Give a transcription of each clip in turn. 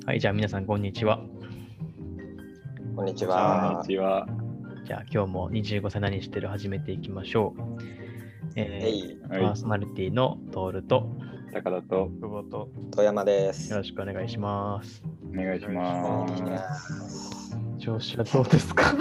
はい、じゃあ皆さんこんにちは。 こんにちこんはに。ちは。 じゃあ今日も25歳何してる始めていきましょう。パーソナリティのトールと高田と久保と富山です。 よろしくお願いします。 お願いします。 調子はどうですか？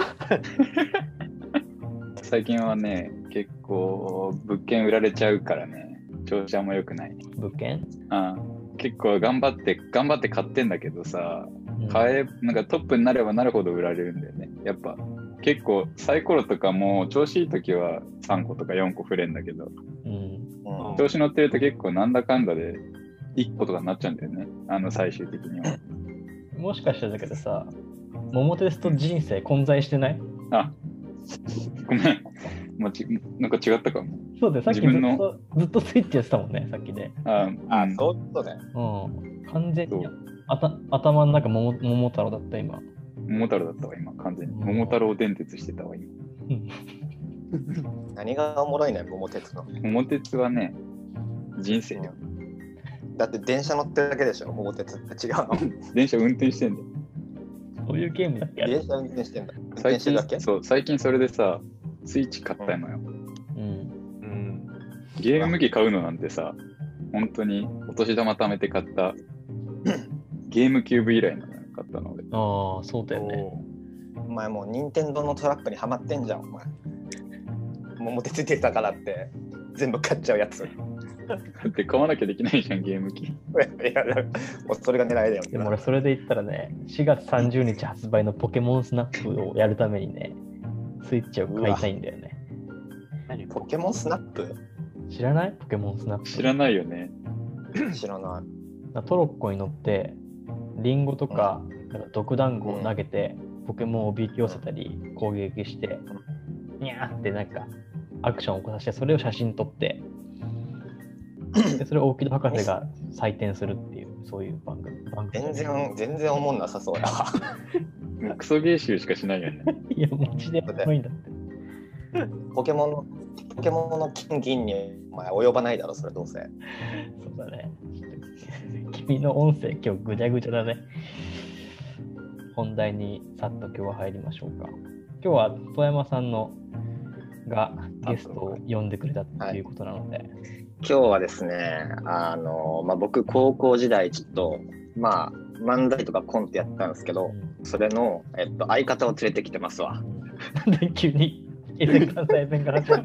最近はね、結構物件売られちゃうからね、調子あんま良くないね。 物件？ 結構頑張って買ってんだけどさ、なんかトップになればなるほど売られるんだよね。やっぱ結構サイコロとかも調子いい時は3個とか4個振れんだけど、調子乗ってると結構なんだかんだで1個とかになっちゃうんだよね。最終的には。 もしかしてだけどさ、桃鉄と人生混在してない？ ごめん。なんか違ったかも。 そうで、さっきずっとスイッチやってたもんね、さっきで。 そういうことね。 完全に頭の中桃太郎だった今。 桃太郎だったわ今、完全に。桃太郎電鉄してたわ今。 何がおもろいねん、桃鉄の。 桃鉄はね、人生だよ。 だって電車乗ってるだけでしょ、桃鉄って違うの。 電車運転してんだよ。 そういうゲームだっけ？ 電車運転してんだ。 最近それでさ、スイッチ買ったのよ。ゲーム機買うのなんてさ、本当にお年玉貯めて買ったゲームキューブ以来なのよ、買ったので。 ああ、そうだよね。 お前もう任天堂のトラックにはまってんじゃん、お前。桃鉄出たからって全部買っちゃうやつ。 だって買わなきゃできないじゃん、ゲーム機。 いや、もうそれが狙いだよね。 でも俺それで言ったらね、4月30日発売のポケモンスナップをやるためにね、スイッチを買いたいんだよね。 何ポケモンスナップ？ 知らない？ポケモンスナップ。 知らないよね。 知らない。 トロッコに乗ってリンゴとか、なんか毒団子を投げて、ポケモンをおびき寄せたり攻撃して、にゃーってなんかアクションを起こさせて、それを写真撮ってでそれを大木戸博士が採点するっていう、そういう番組。 全然思んなさそうや。 もうクソゲー集しかしないよね。 いや、マジで重いんだって。 ポケモンの金銀にお前及ばないだろ、それどうせ。 そうだね。君の音声今日ぐちゃぐちゃだね。本題にさっと今日は入りましょうか。今日は富山さんがゲストを呼んでくれたっていうことなので。 今日はですね、僕高校時代ちょっと漫才とかコントやったんですけど、それの、相方を連れてきてますわ。 なんで急に関西弁が始まる？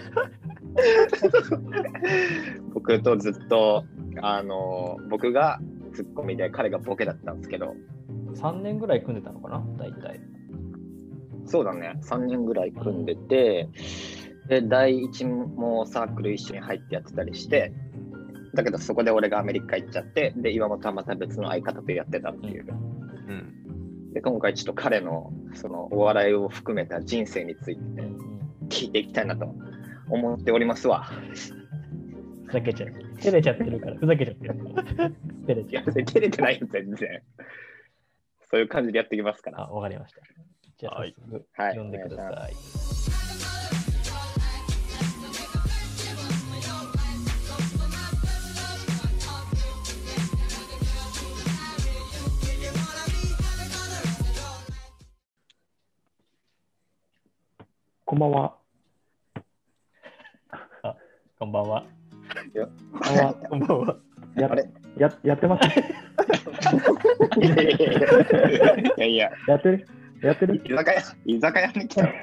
僕とずっと僕がツッコミで彼がボケだったんですけど、 3年ぐらい組んでたのかな、大体。 そうだね、3年ぐらい組んでて、で第一もサークル一緒に入ってやってたりして、だけどそこで俺がアメリカ行っちゃって、で岩本はまた別の相方とやってたっていう、で今回ちょっと彼のそのお笑いを含めた人生について聞いていきたいなと思っておりますわ。 ふざけちゃう。照れちゃってるから、ふざけちゃってる。照れちゃう。 照れてないよ、全然。そういう感じでやっていきますから。 わかりました。じゃあ早速、読んでください。 こんばんは。 こんばんは。 こんばんは。やってます。 いや。 やってる居酒屋に来たの。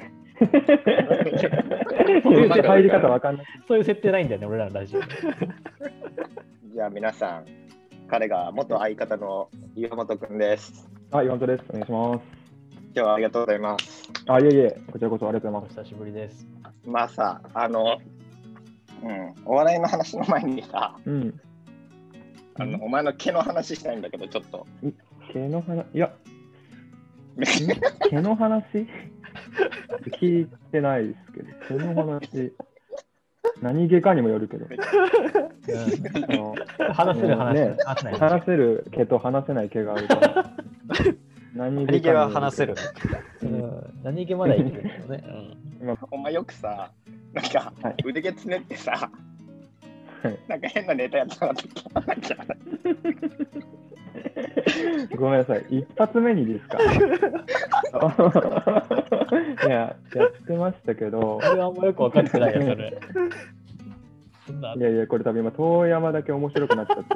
入り方わかんない。 そういう設定ないんだよね、俺らのラジオ。 じゃあ皆さん、彼が元相方の岩本くんです。 岩本です。お願いします。 今日はありがとうございます。 いえ、こちらこそありがとうございます。 お久しぶりです。 お笑いの話の前にさ、お前の毛の話したいんだけど、ちょっと。 毛の話？いや、毛の話聞いてないですけど、毛の話、何毛かにもよるけど。 話せる話、 ね、話せる毛と話せない毛があるから。 何毛は話せる。 何毛まだいけるけどね。 お前よくさ、なんか腕毛つねってさ、 なんか変なネタやったなと思った。 ごめんなさい、一発目にですか。いや、やってましたけど。 それはあんまよく分かってないよ、それ。 いやいや、これ多分今、遠山だけ面白くなっちゃって。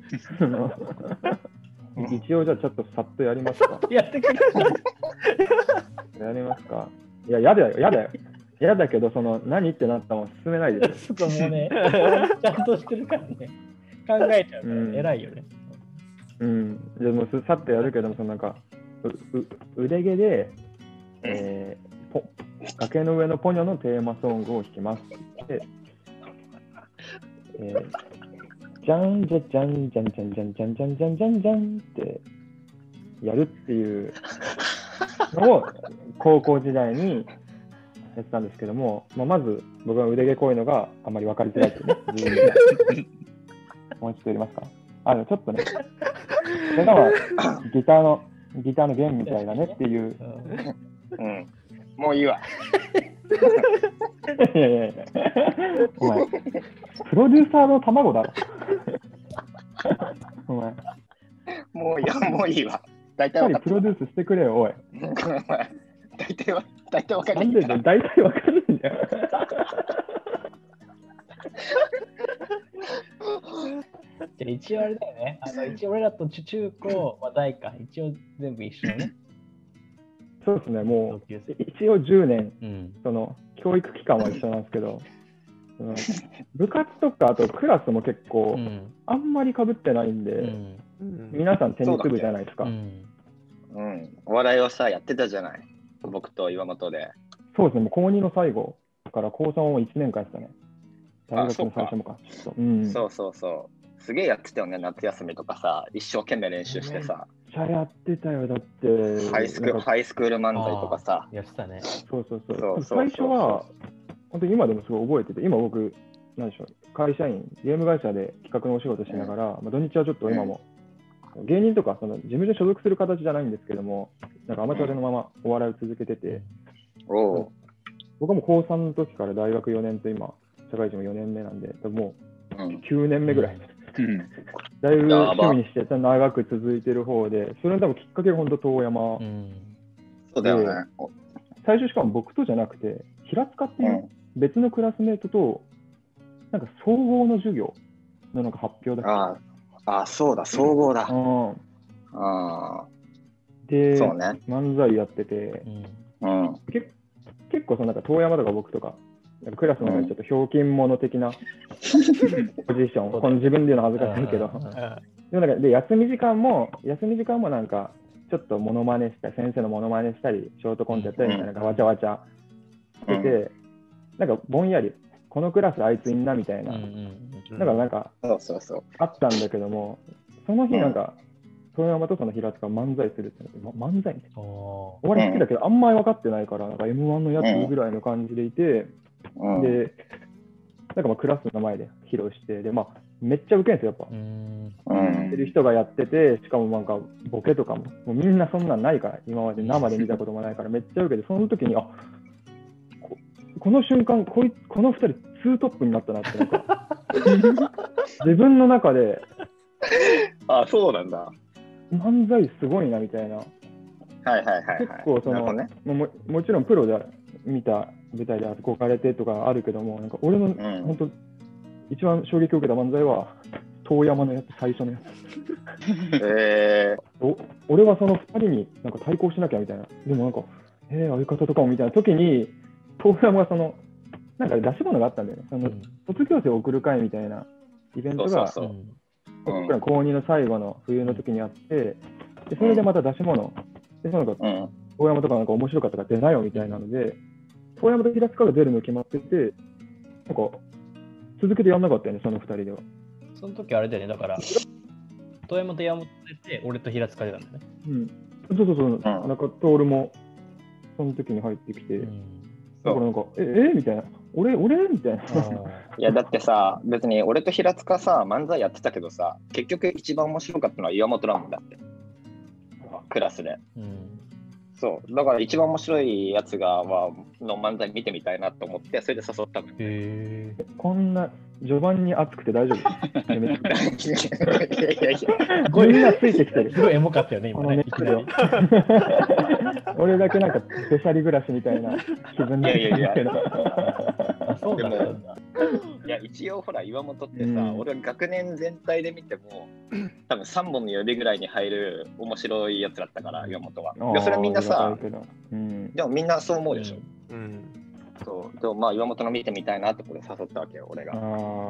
一応じゃあちょっとさっとやりますか。 やってくれ。 やりますか。いや、やだよ、やだよ。やだけど、何ってなったもん進めないですよ。 ちょっともうね、ちゃんとしてるからね。考えちゃうから偉いよね。 うん。でもさっとやるけども、なんか、腕毛で、崖の上のポニョのテーマソングを弾きますって言って、じゃんじゃじゃんじゃんじゃんじゃんじゃんじゃんじゃんじゃんじゃんってやるっていうのを高校時代にやってたんですけども、まず僕が腕毛濃いのがあんまり分かりづらいっていうね。もう一度やりますか。ちょっとね、それがギターの弦みたいだねっていう。 うん、もういいわ。 いやいやいや、お前、プロデューサーの卵だろ。お前。 もういいわ。大体分かった。プロデュースしてくれよ、おい。 大体分かる。 なんでだよ、大体分かるんだよ。 じゃあ一応あれだよね。一応俺らと中高は大か。一応全部一緒ね。 そうですね、もう一応10年、教育機関は一緒なんですけど、部活とかあとクラスも結構、あんまり被ってないんで、皆さんテニス部じゃないですか。 お笑いをさ、やってたじゃない。僕と岩本で。 そうですね、もう高2の最後から高3を1年間やってたね。大学の最初もか。 そうすげえやってたよね、夏休みとかさ、一生懸命練習してさ。 めっちゃやってたよ、だって。 ハイスクール漫才とかさ。 やってたね。 そう最初は、本当に今でもすごい覚えてて、今僕、なんでしょう、会社員、ゲーム会社で企画のお仕事しながら、土日はちょっと今も、芸人とか事務所所属する形じゃないんですけども、なんかアマチュアでのままお笑いを続けてて、僕はもう高3の時から大学4年と今、社会人も4年目なんで、もう9年目ぐらい。だいぶ趣味にして長く続いてる方で、それの多分きっかけが本当遠山。 そうだよね。 最初しかも僕とじゃなくて、平塚っていう別のクラスメートと、なんか総合の授業のなんか発表だった。そうだ、総合だ。 で、 そうね、 漫才やってて、結構なんか遠山とか僕とか、なんかクラスの中でちょっとひょうきん者的なポジション、この自分で言うの恥ずかしいけど、で休み時間もなんかちょっとモノマネしたり、先生のモノマネしたり、ショートコントやったりみたいな、わちゃわちゃしてて、なんかぼんやり、このクラスあいついんなみたいな、なんかあったんだけども、その日なんか、遠山とその平塚漫才するって漫才みたいな。お笑い好きだけど、あんまり分かってないから、なんか M1 のやつぐらいの感じでいて、で、なんかクラスの前で披露して、で、めっちゃウケんですよ、やっぱ。やってる人がやってて、しかもなんかボケとかもうみんなそんなんないから、今まで生で見たこともないから、めっちゃウケて、その時に、この瞬間、この2人、ツートップになったなって、なんか、自分の中で、 そうなんだ。 漫才すごいなみたいな。結構もちろんプロで見た舞台で憧れてとかあるけども、なんか俺の本当一番衝撃を受けた漫才は遠山のやつ、最初のやつ。俺はその2人になんか対抗しなきゃみたいな。でもなんか相方とかもみたいな時に、遠山がなんか出し物があったんだよね。卒業生を送る会みたいなイベントが。僕ら高2の最後の冬の時にあって、でそれでまた出し物で、遠山とかなんか面白かったから出なよみたいなので、遠山と平塚が出るの決まってて、なんか続けてやんなかったよね、その2人では。 その時あれだよね、だから遠山と山本出て、俺と平塚出たんだよね。なんか徹もその時に入ってきて、だからなんかみたいな、俺みたいな。 いやだってさ、別に俺と平塚さ、漫才やってたけどさ、結局一番面白かったのは岩本ラムだって、クラスで。そうだから一番面白いやつの漫才見てみたいなと思って、それで誘ったの。 こんな序盤に熱くて大丈夫。 いやいやいや、 みんなついてきてる。 すごいエモかったよね、今ね。 俺だけなんかスペシャリ暮らしみたいな気分になってるけど。 そうだったいや、一応ほら、岩本ってさ、俺は学年全体で見ても、多分3本の指ぐらいに入る面白いやつだったから、岩本は。いや、それはみんなさ、でもみんなそう思うでしょ。そう。でもまあ、岩本の見てみたいなってこれ誘ったわけよ、俺が。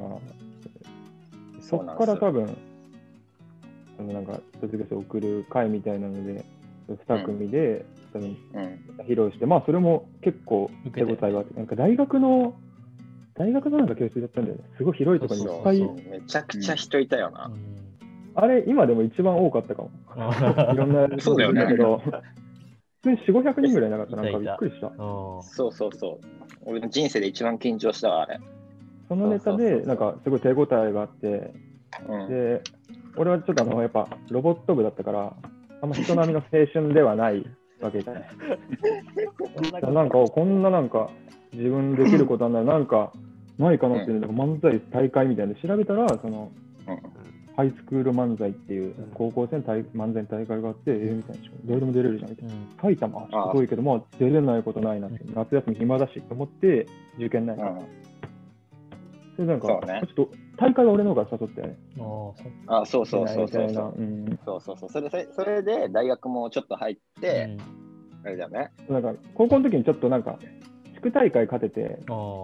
そっから多分、なんか、卒業生送る会みたいなので、2組で、多分披露して、まあ、それも結構手応えがあって、なんか大学のなんか教室だったんだよね。すごい広いところにいっぱい。 めちゃくちゃ人いたよな。 あれ、今でも一番多かったかも。いろんなそうだよね。 普通に4、500人ぐらいなかった。なんかびっくりした。 そうそうそう。俺の人生で一番緊張したわ、あれ。 そのネタで、なんかすごい手応えがあって、で、俺はちょっとやっぱロボット部だったから、あんま人並みの青春ではないわけじゃない。なんか、こんななんか、自分できることはなんかないかなっていうので、漫才大会みたいなの調べたら、ハイスクール漫才っていう高校生の漫才大会があって、みたいな、どれでも出れるじゃんみたいな。埼玉はすごいけど、まあ出れないことないなって、夏休み暇だしと思って受験ないから。それなんか、ちょっと大会は俺の方が誘ったよね。 そうそうそうそう。そうそう。それで大学もちょっと入って、あれだよね。 なんか高校の時にちょっとなんか地区大会勝てて、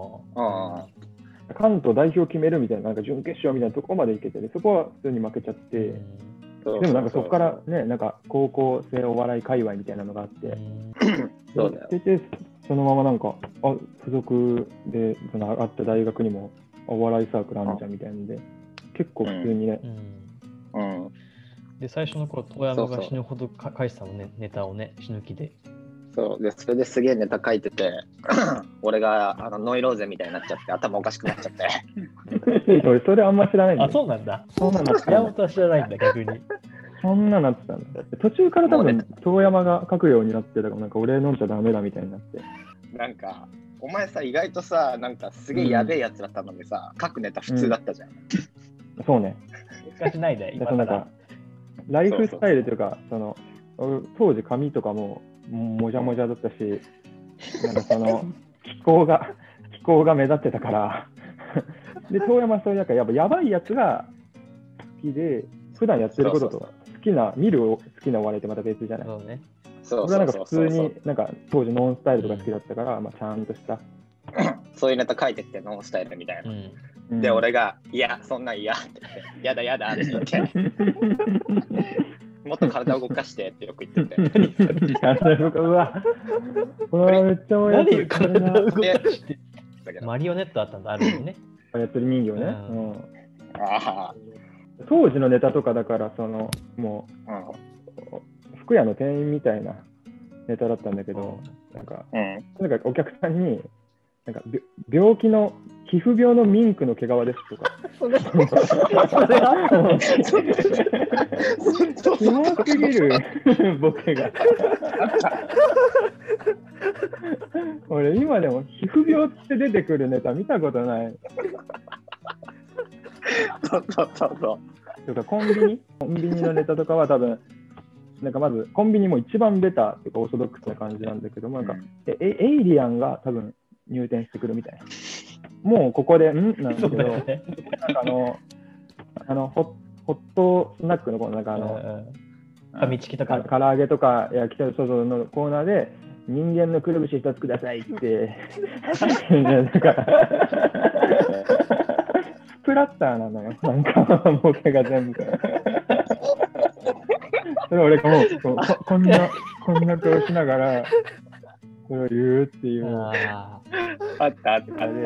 関東代表決めるみたいな、なんか準決勝みたいなところまで行けて、そこは普通に負けちゃって、でもなんかそこからね、なんか高校生お笑い界隈みたいなのがあって、 そうだよ。 で、そのままなんか、付属で上がった大学にもお笑いサークルあるじゃんみたいなので、結構普通にね。 で、最初の頃、遠山が死ぬほど返したのね、ネタをね、死ぬ気で。 そうで、それですげえネタ書いてて、俺がノイローゼみたいになっちゃって、頭おかしくなっちゃって。 俺、それあんま知らないんだよ。 そうなんだ。 そんなの山本は知らないんだ、逆に。 そんななってたんだ。途中から多分、遠山が書くようになってたから、なんか俺飲んじゃダメだみたいになって。 なんか、お前さ、意外とさ、なんかすげえやべえやつだったのでさ、書くネタ普通だったじゃん。 そうね。 難しないで、 今なんか、ライフスタイルというか、当時髪とかももじゃもじゃだったし、なんか気候が目立ってたから、で、遠山はそういうなんかやっぱやばいやつが好きで、普段やってることと見る好きなお笑いってまた別じゃない。 そうね。 俺はなんか普通になんか当時ノンスタイルとか好きだったから、まあちゃんとしたそういうネタ書いてってノンスタイルみたいな。で、俺がいやそんなん嫌って言って、やだって言って。もっと体を動かしてってよく言ってて。 うわ、これめっちゃ何体を動かして。マリオネットあったんだ、あるよね。 やってる人形ね。当時のネタとかだから、もう、服屋の店員みたいなネタだったんだけど、なんかお客さんに、なんか病気の皮膚病のミンクの毛皮ですとか。キモすぎるボケが。俺今でも皮膚病って出てくるネタ見たことない。 そう。 とかコンビニのネタとかは多分なんかまずコンビニも一番ベタというかオーソドックスな感じなんだけど、なんかエイリアンが多分入店してくるみたいな。もうここでなんだけど、なんかホットスナックのなんかファミチキとか唐揚げとか焼き鳥外のコーナーで人間のくるぶし一つくださいってなんかスプラッターなのよ、なんかボケが全部。それ俺がもうこんな顔しながらそれを言うっていう。 あった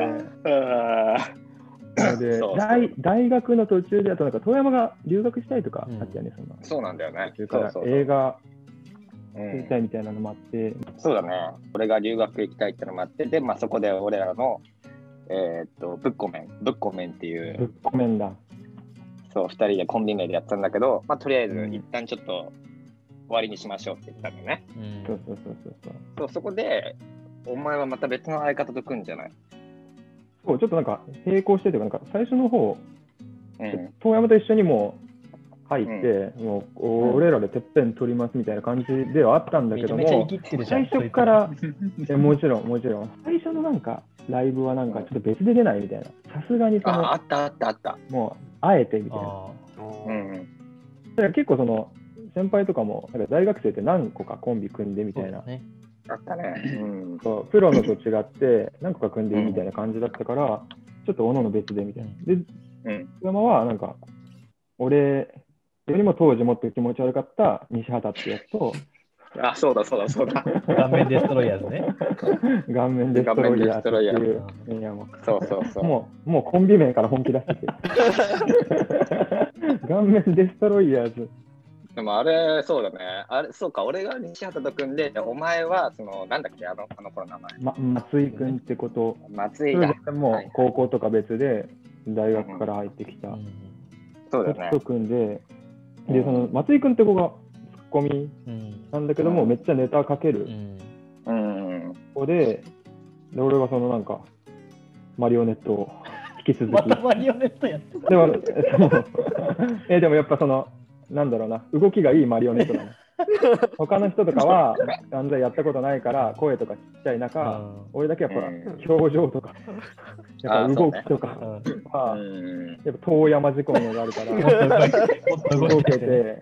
で大学の途中で、あとなんか遠山が留学したいとかあったよね、 そうなんだよね。 それから映画やりたいみたいなのもあって、 そうだね。俺が留学行きたいってのもあって、で、まあそこで俺らのブッコメンっていう、 ブッコメンだ。 そう、2人でコンビ名でやったんだけど、まあとりあえず一旦ちょっと終わりにしましょうって言ったんだよね。 そう。 そこで、お前はまた別の相方と組んじゃない？ そうちょっとなんか並行してというか、なんか最初の方、遠山と一緒にもう入って、もう俺らでてっぺん取りますみたいな感じではあったんだけども、最初から、もちろん、最初のなんかライブはなんかちょっと別で出ないみたいな、さすがにその、 あった。 もうあえてみたいな。だから結構その、先輩とかもなんか大学生って何個かコンビ組んでみたいな。 あったね。 そうプロのと違って何個か組んでいいみたいな感じだったから、ちょっとおのおの別でみたいな。で、山はなんか、俺よりも当時もっと気持ち悪かった西畑ってやつと、 あ、そうだ。 顔面デストロイヤーズね。 顔面デストロイヤーズっていう。いやもうそう。 もうコンビ名から本気出してて。顔面デストロイヤーズ。 でもあれ、そうだね。あれ、そうか、俺が西畑と組んで、お前は、その、なんだっけ、あの子の名前。 松井君ってこと。 松井だ。 もう高校とか別で、大学から入ってきた。 そうだね。 と組んで、で、その松井君って子がツッコミなんだけども、めっちゃネタかける子で、俺はそのなんか、マリオネットを引き続き。 またマリオネットやってでも、でもやっぱその、なんだろうな、動きがいいマリオネットなの。他の人とかは漫才やったことないから声とかちっちゃい中、俺だけやっぱ表情とか、やっぱ動きとかは、やっぱ遠山仕込みがあるから動けて、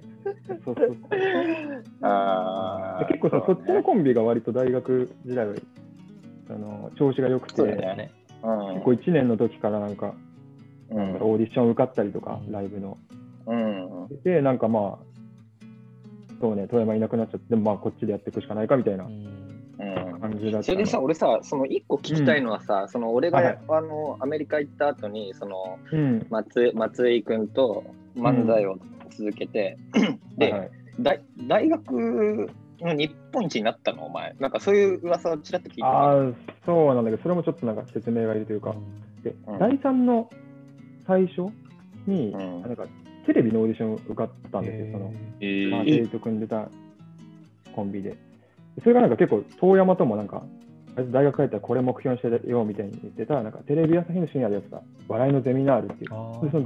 結構そっちのコンビが割と大学時代は調子が良くて、結構1年の時からなんかオーディション受かったりとか、ライブの。で、なんかまあ、そうね、遠山いなくなっちゃって、まあこっちでやっていくしかないかみたいな感じだった。 それでさ、俺さ、その1個聞きたいのはさ、その俺がアメリカ行った後に、その松井君と漫才を続けて、で、大学の日本一になったの、お前。なんかそういう噂をちらっと聞いて。 そうなんだけど、それもちょっとなんか説明がいるというか、で、第3の最初に、なんかテレビのオーディション受かったんですよ、その、松井と組んでたコンビで。それがなんか結構、遠山ともなんか、大学帰ったらこれ目標にしてよみたいに言ってた、なんかテレビ朝日の深夜でやってた、笑いのゼミナールっていう、でその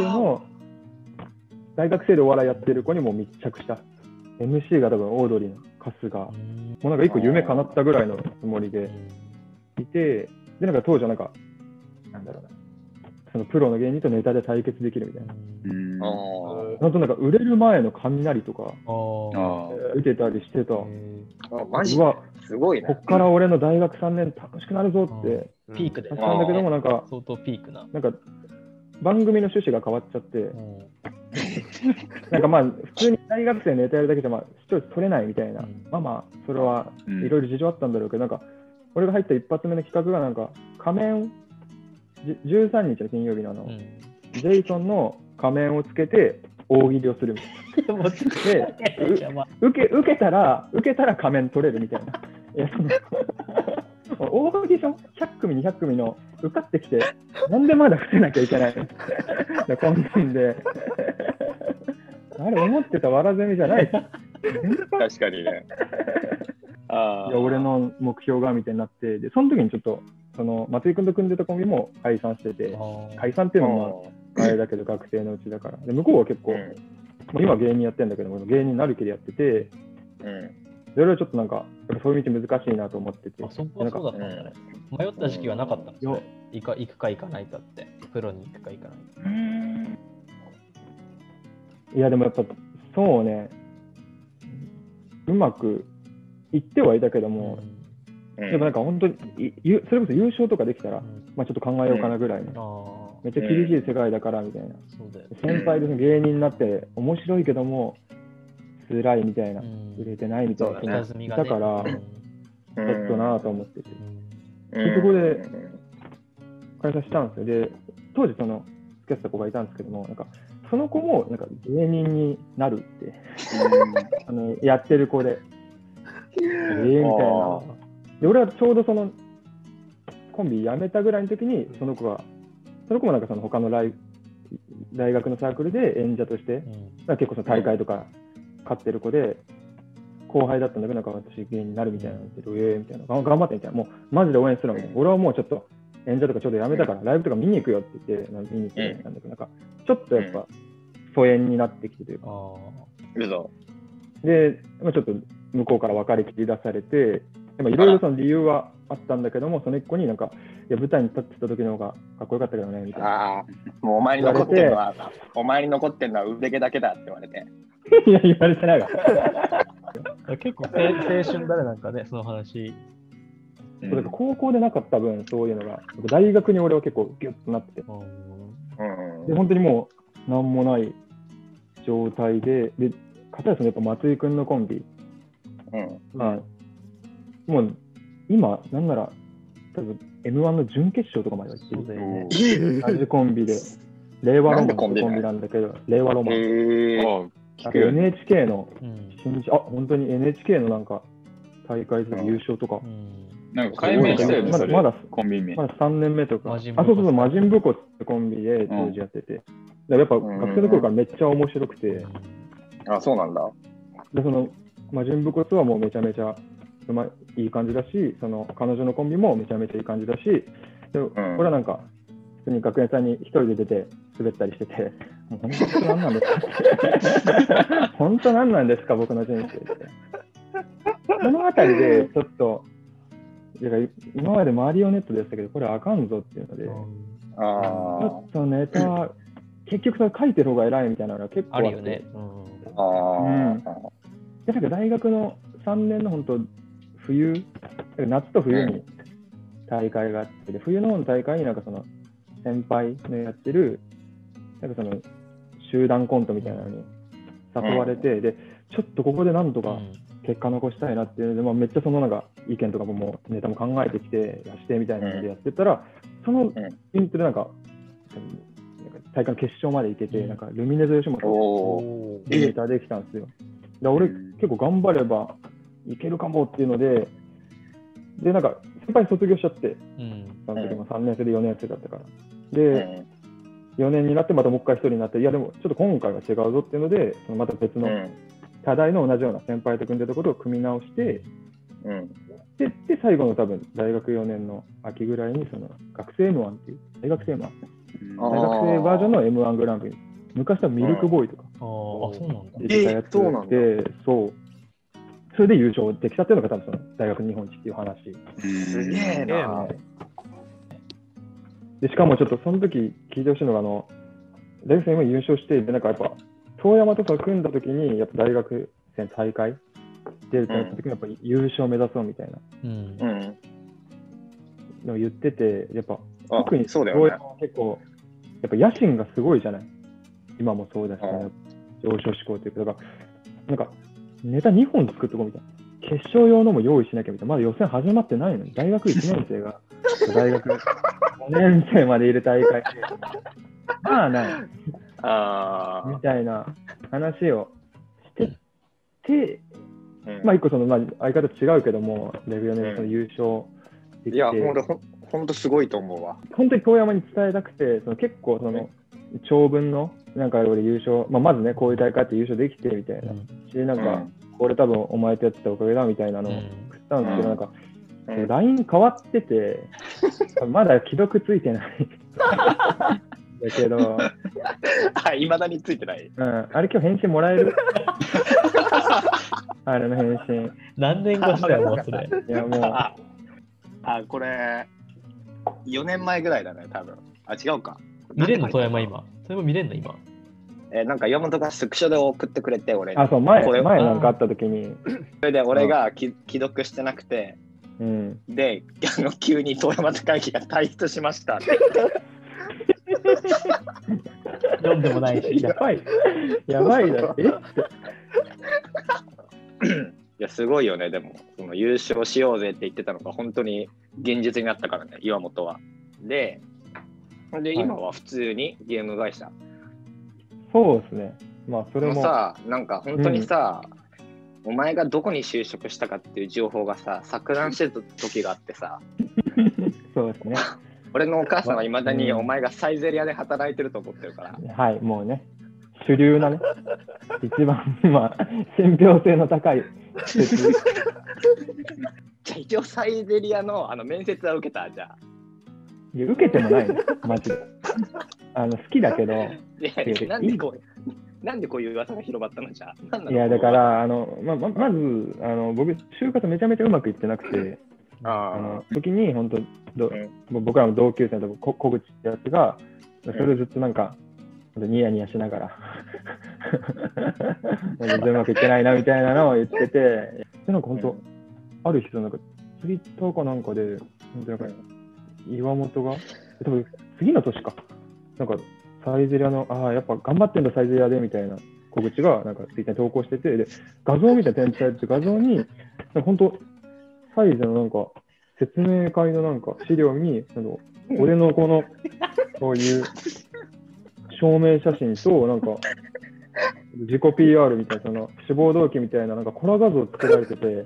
大学生でお笑いやってる子にも密着した。MC が多分オードリーの春日、もうなんか一個夢叶ったぐらいのつもりでいて、で、なんか当時はなんか、なんだろうな、そのプロの芸人とネタで対決できるみたいな。なんとなんか売れる前の雷とか受けたりしてた。 マジですごいね。 こっから俺の大学3年楽しくなるぞってピークで。 なんだけども、なんか相当ピークな。 なんか番組の趣旨が変わっちゃって、なんかまあ普通に大学生のネタやるだけじゃまあ視聴率取れないみたいな。まあまあそれはいろいろ事情あったんだろうけど、なんか俺が入った一発目の企画がなんか仮面13日の金曜日のジェイソンの仮面をつけて大喜利をするみたいな。で、受けたら仮面取れるみたいな。オーディション100組200組の受かってきて、なんでまだ伏せなきゃいけないのこんなんで。あれ思ってたわらゼミじゃない。 確かにね。 いや俺の目標がみたいになって、でその時にちょっとその松井君と組んでたコンビも解散してて、解散っていうのはあれだけど学生のうちだから、で向こうは結構、もう今芸人やってるんだけども、芸人になる気でやってて、それはちょっとなんかそういう道難しいなと思ってて。 そこはそうだったんだね。迷った時期はなかったんですよ。行くか行かないかって、プロに行くか行かないか。 いやでもやっぱそうね、うまくいってはいたけども、でもなんか本当にそれこそ優勝とかできたら、まあちょっと考えようかなぐらいの、めっちゃ厳しい世界だからみたいな。先輩で芸人になって面白いけども辛いみたいな、売れてないみたいな人いたから、ちょっとなぁと思ってて、そこで解散したんですよ。で、当時その付き合ってた子がいたんですけども、なんかその子もなんか芸人になるってやってる子で、みたいな。で、俺はちょうどそのコンビ辞めたぐらいの時に、その子もなんかその他の大学のサークルで演者として、結構その大会とか勝ってる子で、後輩だったんだけど、なんか私芸人になるみたいなの言ってる、みたいな、頑張ってみたいな、もうマジで応援するみたいな、俺はもうちょっと演者とかちょうど辞めたから、ライブとか見に行くよって言って、見に行ってたんだけど、なんか、ちょっとやっぱ、疎遠になってきてというか。で、ちょっと向こうから別れ切り出されて、いろいろその理由はあったんだけども、その一個になんか、いや、舞台に立ってた時の方がかっこよかったけどね、みたいな。 ああ、もうお前に残ってるのは、腕毛だけだって言われて。 いや、言われてないわ。 結構青春だね、なんかね、その話。 そうだ高校でなかった分、そういうのが、大学に俺は結構ギュッとなって、で本当にもう、なんもない状態で、片やそのやっぱ松井君のコンビ、まあ、もう今、なんなら、多分 M1 の準決勝とかまでは行ってるんで、ね、同じコンビで、令和ロマンのコンビなんだけど、令和ロマン。NHK の本当に NHK のなんか大会で優勝とか。 なんか改名したよね、 まだコンビ名。 まだ3年目とか。そうそう、魔人武骨ってコンビで当時やってて。やっぱ学生の頃からめっちゃ面白くて。 あ、そうなんだ。 で、その魔人武骨はもうめちゃめちゃいい感じだし、その彼女のコンビもめちゃめちゃいい感じだし、でこれはなんか、普通に学園祭に一人で出て滑ったりしてて、もう本当何なんですか本当何なんですか僕の人生って。そのあたりでちょっと、今までマリオネットでしたけど、これあかんぞっていうので、ちょっとネタ、結局それ書いてる方が偉いみたいなのが結構あるよね。なんか大学の3年の本当、冬、夏と冬に大会があって、冬の大会になんかその先輩のやってる、なんかその集団コントみたいなのに誘われて、で、ちょっとここでなんとか結果残したいなっていうので、めっちゃそのなんか意見とかもネタも考えてきて、してみたいなのでやってたら、そのイントでなんか、大会の決勝まで行けて、なんかルミネーズ吉本でネタできたんですよ。で俺結構頑張ればいけるかもっていうので、なんか先輩卒業しちゃって、その時も3年生で4年生だったから。で、4年になってまたもう一回1人になって、いやでもちょっと今回は違うぞっていうので、そのまた別の多大の同じような先輩と組んでたことを組み直して、で最後の多分大学4年の秋ぐらいにその学生 M1 っていう大学生 M1、大学生バージョンの M1 グランプリ、昔はミルクボーイとか出てたやつで、それで優勝できたっていうのが多分その大学日本一っていう話。 すげえな。 でしかもちょっとその時聞いてほしいのが、大学生も優勝して、でなんかやっぱ遠山とか組んだ時にやっぱ大学生大会出るってなった時にやっぱ優勝目指そうみたいなのを言ってて、やっぱ特に遠山は結構やっぱ野心がすごいじゃない。今もそうだし、上昇志向というか、なんかネタ2本作ってこうみたいな。決勝用のも用意しなきゃみたいな。まだ予選始まってないのに、大学1年生が大学5年生までいる大会で、まあないみたいな話をしてて、一個その、相方違うけども、レビューの優勝できて、 いや、ほんとすごいと思うわ。 本当に遠山に伝えたくて、結構その、長文の、なんか俺優勝、まずね、こういう大会って優勝できてみたいな。なんか、これ多分お前とやってたおかげだみたいなのを送ったんですけど、なんか、LINE 変わってて、まだ既読ついてない。だけど、 いまだについてない。 あれ今日返信もらえるあれの返信。 何年越しだよ、もうそれ。 いや、もう。 これ、4年前ぐらいだね、多分。違うか。 見れんの、富山今。富山見れんの今。 なんか山本がスクショで送ってくれて、俺に。そう、前なんかあった時に。 それで俺が既読してなくて、で、急に遠山高之が退出しましたって。 読んでもないし。 やばいな。いや、すごいよね、でも、その優勝しようぜって言ってたのが、本当に現実になったからね、岩本は。で、今は普通にゲーム会社。 そうですね。それもさ、なんか本当にさ、お前がどこに就職したかっていう情報がさ、錯乱してた時があってさ。 そうですね。 俺のお母さんはいまだにお前がサイゼリヤで働いてると思ってるから。 はい、もうね、主流なね、一番信憑性の高いじゃあ一応サイゼリヤの面接は受けたじゃあ。 いや受けてもないの、マジで。好きだけど。 なんでこういう噂が広まったのじゃあ。 いや、だから、まず、僕、就活めちゃめちゃうまくいってなくて、時に、本当、僕らの同級生の小口ってやつが、それをずっとなんか、ニヤニヤしながら、全然うまくいってないなみたいなのを言ってて、で、なんか本当、ある日、なんか、ツイッターかなんかで、なんか岩本が、多分次の年か、なんか、サイゼリアの、やっぱ頑張ってんだ、サイゼリアでみたいな小口が、なんかツイッターに投稿してて、で、画像見た天才って画像に、なんか本当、サイゼのなんか、説明会のなんか資料に、俺のこの、こういう証明写真と、なんか、自己 PR みたいな、志望動機みたいな、なんかコラ画像作られてて、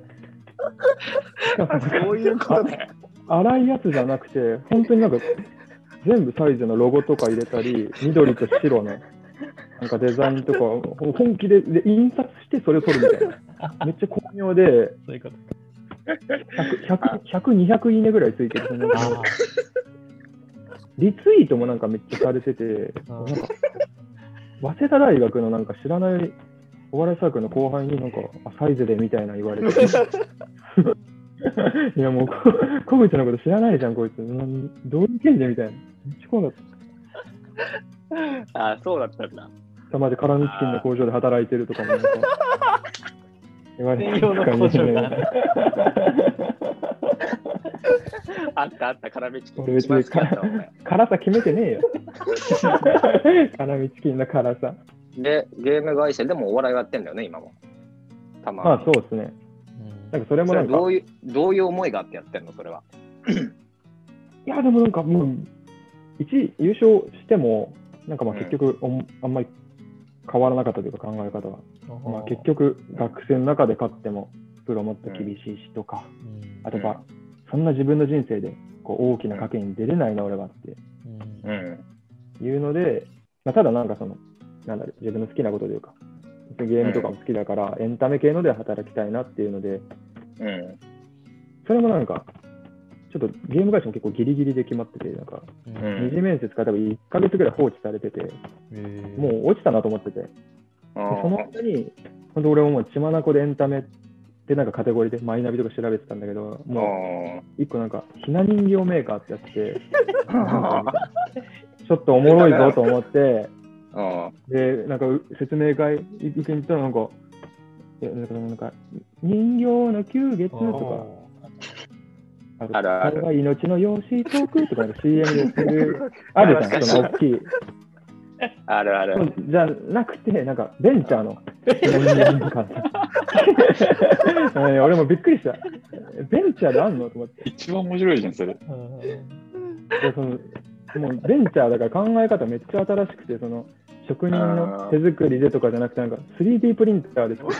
そういうことね。 荒いやつじゃなくて、本当になんか、全部サイズのロゴとか入れたり、緑と白のなんかデザインとか、本気で印刷してそれを撮るみたいな。めっちゃ巧妙で、100、200いいねぐらいついてる。リツイートもなんかめっちゃされてて、なんか早稲田大学のなんか知らないお笑いサークルの後輩になんかサイズでみたいな言われて。いやもう小口のこと知らないじゃんこいつ。どういう件でみたいな。めっちゃ怖かった。そうだったんだ。 たまで辛味チキンの工場で働いてるとかもなんか言われてるあった辛味チキン。 俺別に辛さ決めてねえよ。辛味チキンの辛さ。 で、ゲーム会社でもお笑いやってんだよね、今も。たまに。 そうですね。なんかそれもなんかどういう思いがあってやってんの、それは。 いや、でもなんかもう、1位優勝しても、なんか結局、あんまり変わらなかったというか、考え方は。結局、学生の中で勝っても、プロもっと厳しいしとか、あとは、そんな自分の人生でこう大きな賭けに出れないな、俺はっていうので、ただなんか自分の好きなことというか、ゲームとかも好きだから、エンタメ系ので働きたいなっていうので、それもなんか、ちょっとゲーム会社も結構ギリギリで決まってて、なんか、二次面接から多分1ヶ月ぐらい放置されてて、もう落ちたなと思ってて、その間に、本当俺ももう血眼でエンタメってなんかカテゴリーでマイナビとか調べてたんだけど、もう一個なんか、ひな人形メーカーってやってて、ちょっとおもろいぞと思って、で、なんか説明会受けに行ったらなんか人形の9月とか、あれは命の養子トークとかの CM でする、あるじゃん、その大きい。 あるある。 じゃなくて、なんかベンチャーの俺もびっくりした。ベンチャーであんのと思って。 一番面白いじゃん、それ。 もうベンチャーだから考え方めっちゃ新しくて、職人の手作りでとかじゃなくて、なんか 3D プリンターで作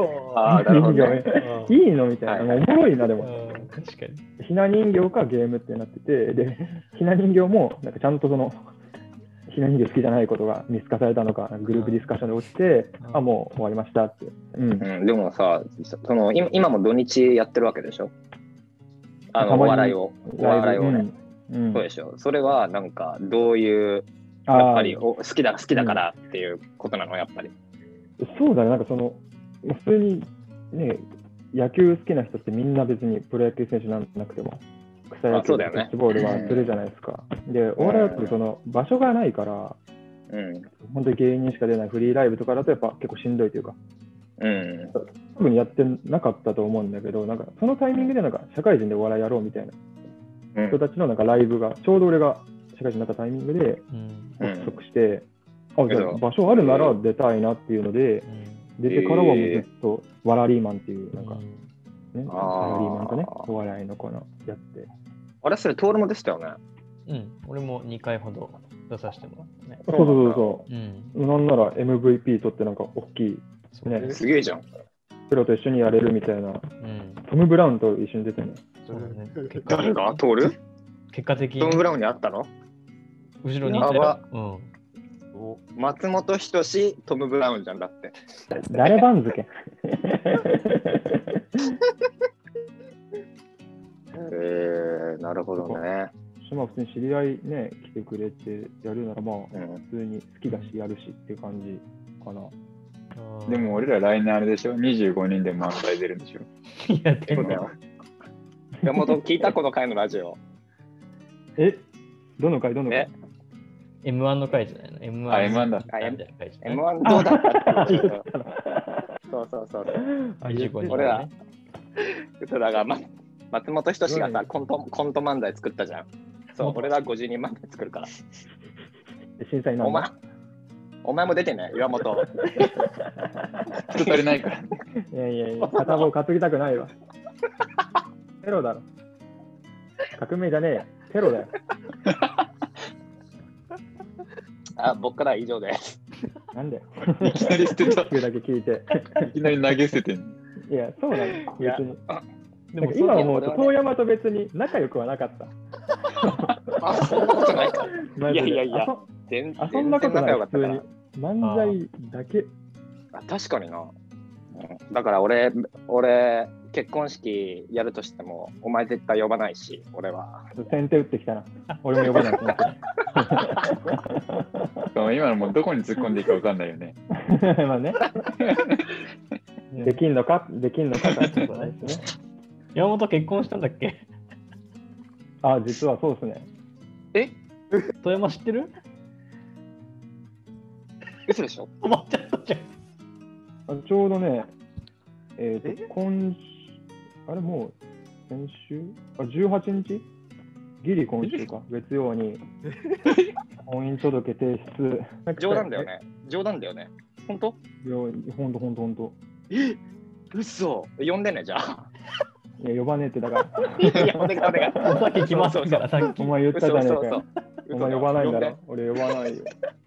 っていいのみたいな、おもろいな、でも。 確かに。 ひな人形かゲームってなってて、で、ひな人形もなんかちゃんとひな人形好きじゃないことが見透かされたのか、グループディスカッションで落ちて、もう終わりましたって。 でもさ、今も土日やってるわけでしょ？お笑いをね。そうでしょ。それはなんかどういうやっぱり好きだからっていうことなの、やっぱり。 そうだね、なんか普通にね、野球好きな人ってみんな別にプロ野球選手なんなくても草野球とかキャッチボールはするじゃないですか。で、お笑いだと場所がないから、本当に芸人しか出ないフリーライブとかだとやっぱ結構しんどいというか、多分やってなかったと思うんだけど、なんかそのタイミングでなんか社会人でお笑いやろうみたいな人たちのなんかライブがちょうど俺が社会人になったタイミングで発足して、じゃあ場所あるなら出たいなっていうので、出てからはもうずっとワラリーマンっていうなんか、ワラリーマンとね、お笑いのコーナーやって。 あれ、それ、トールもでしたよね。 俺も2回ほど出させてもらったね。 そう。なんなら MVP 取ってなんか大きい、 ね。すげえじゃん。 プロと一緒にやれるみたいな。トム・ブラウンと一緒に出てね。 そうだね。 誰がトール？ 結果的に。 トム・ブラウンに会ったの？ 後ろにいたよ。 松本人志、トム・ブラウンじゃんだって。 誰番付？ なるほどね。 し、まあ普通に知り合いね、来てくれてやるなら、まあ普通に好きだし、やるしっていう感じかな。 でも俺ら来年あれでしょ ?25 人で漫才出るんでしょ。 いや、でもそうだよ。山本聞いたこの回のラジオ。 どの回 M1 の回じゃないの ?M1 あ、M1 だ。 M1 どうだったってそうそうそう。俺ら、だから、松本人志がさ、コント漫才作ったじゃん。そう、俺ら50人漫才作るから。 審査員なんだ。 お前も出てね、岩本。 人足りないから。 いや、片棒担ぎたくないわ。テロだろ。革命じゃねえよ。テロだよ。 僕からは以上です。 なんでいきなり捨てた。 だけ聞いて。 いきなり投げ捨ててん。 いや、そうなの。別に。 でも今思うと、遠山と別に仲良くはなかった。 そんなことないか。いや、 そんなことない。普通に。漫才だけ。 確かにな。だから俺、結婚式やるとしても、お前絶対呼ばないし、俺は。 先手打ってきたな。俺も呼ばない。 今のもうどこに突っ込んでいいか分かんないよね。 まあね。できんのかってことないですね。 山本結婚したんだっけ？ 実はそうですね。 富山知ってる？ 嘘でしょ？ 止まっちゃったじゃん。 ちょうどね、あれもう先週18日ギリ今週か、月曜に婚姻届提出。 冗談だよね。本当？ ほんと。 嘘。呼んでね、じゃあ。 いや、呼ばねえってだから。 いや、お願い。 さっき来ますから、さっき。 お前言ったじゃねえかよ。お前呼ばないんだろ。俺呼ばないよ。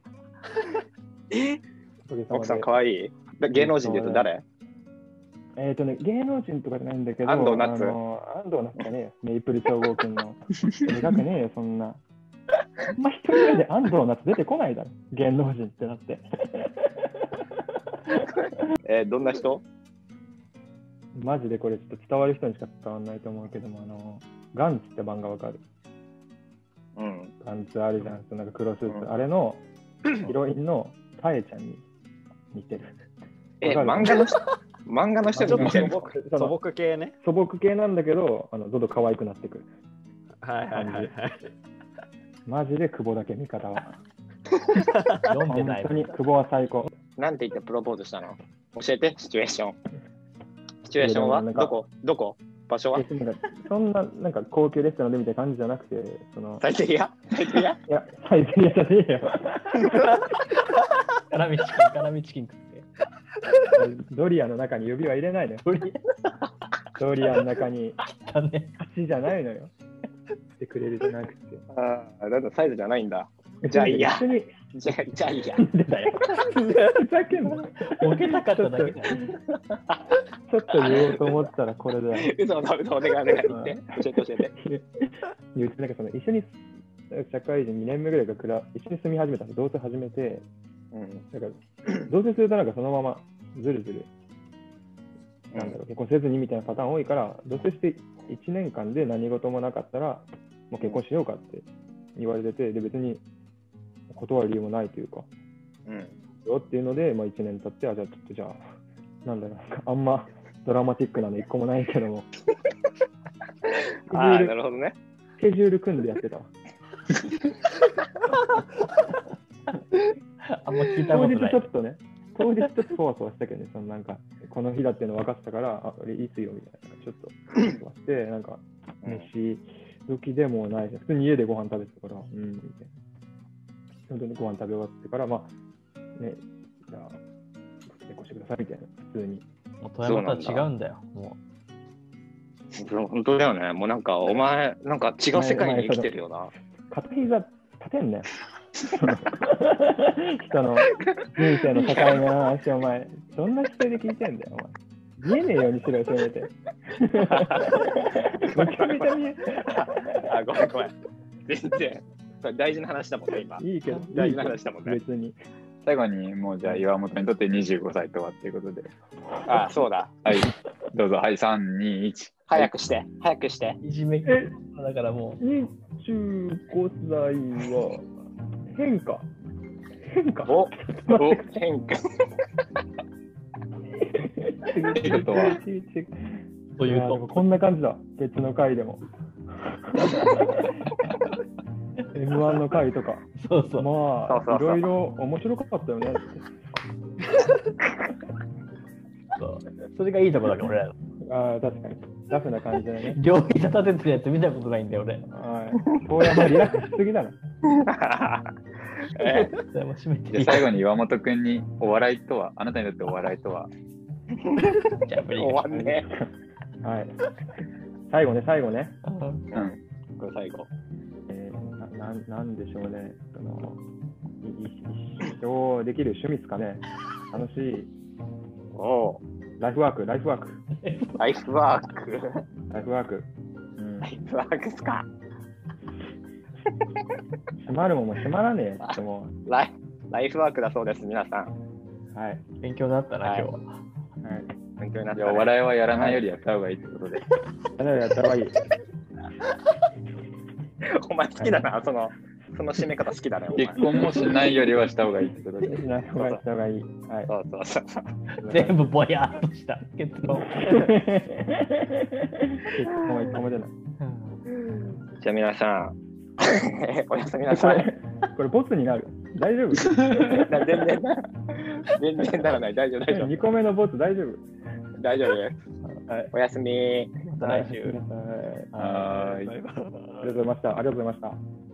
奥さんかわいい？芸能人で言うと誰？ 芸能人とかじゃないんだけど、 安藤夏かね、メイプル超合金の。苦くねえよ、そんな。一人目で安藤夏出てこないだろ、芸能人ってなって。 どんな人？ マジでこれちょっと伝わる人にしか伝わらないと思うけども、ガンツって漫画わかる？ガンツあるじゃん、なんか黒スーツ。あれのヒロインのタエちゃんに似てる。 漫画の人に似てる。 素朴系ね。 素朴系なんだけど、どんどん可愛くなってくる。 はい。 マジで久保だけ味方は。 読んでない。 本当に久保は最高。 なんて言ってプロポーズしたの？教えて、シチュエーション。シチュエーションはどこ場所は？ そんな、なんか高級レストランでみたいな感じじゃなくて、 サイゼリア？ いや、サイゼリアじゃねえよ。 辛味チキン食って。 ドリアの中に指輪入れないのよ。ドリアの中に箸じゃないのよ。してくれるじゃなくて。 だってサイズじゃないんだ。じゃあいいや。じゃあいいや。 出たよ。ふざけんな。 ボケたかっただけだよ。 ちょっと言おうと思ったらこれだよ。 嘘、お願い言って。教えて。 なんか一緒に社会人2年目ぐらいから一緒に住み始めたんで、同棲始めて、なんか同棲するとなんかそのままずるずる、結婚せずにみたいなパターン多いから、同棲して1年間で何事もなかったら、もう結婚しようかって言われてて、で別に断る理由もないというか、よっていうので、1年経って、あんまドラマティックなの1個もないけども、 なるほどね。 スケジュール組んでやってたわ。 あんま聞いたことない。 当日ちょっとそわそわしたけどね、この日だっていうの分かってたから、俺いいっすよみたいな、ちょっとそわして、飯時でもないし、普通に家でご飯食べてたから、みたいな。本当にご飯食べ終わってから、じゃあ、結婚してくださいみたいな、普通に。 もう富山とは違うんだよ、もう。本当だよね。もうお前、違う世界に生きてるよな。 片膝立てんねん。人の人生の境目の話、お前、どんな姿勢で聞いてんだよ、お前。見えねえようにしろよ、せめて。めちゃめちゃ見え。 ごめん。全然。大事な話だもんね、今。 いいけど、 大事な話だもんね。 別に。 最後に、もうじゃあ岩本にとって25歳とはっていうことで。 そうだ。 はい。 どうぞ、はい、3、2、1。 早くして、早くして。 いじめだからもう。 25歳は変化お変化。 ってことはというと、 こんな感じだ、別の回でも。M1 の回とか。 そうそう。 まあ、いろいろ面白かったよね。 それがいいところだから、俺ら。 ああ、確かに。ラフな感じでね。 両膝立ててるやつ見たことないんだよ、俺。 はい。遠山リラックスしすぎだな。 じゃあ最後に岩本くんにお笑いとは、あなたにとってお笑いとはじゃあ終わんね。 はい。最後ね。 これ最後。 なんでしょうね。一生できる趣味ですかね。楽しい。 おライフワーク。 ライフワーク。 ライフワーク。 ライフワークっすか。 閉まるもんも閉まらねえってもう。ライフワークだそうです、皆さん。 はい。 勉強になったな、今日は。 はい。 勉強になった、 お笑いはやらないよりやった方がいいってことで。 やった方がいい。 お前好きだな、その締め方好きだね。 結婚もしないよりはした方がいいってことで。 しない方がいい。はい。 そう。 全部ぼやっとした結論。 結婚は一個も出ない。 じゃあ皆さん、おやすみなさい。 これボツになる。大丈夫？ 全然ならない。大丈夫。 2個目のボツ大丈夫？ 大丈夫です。おやすみ。 また来週。 はい。 ありがとうございました。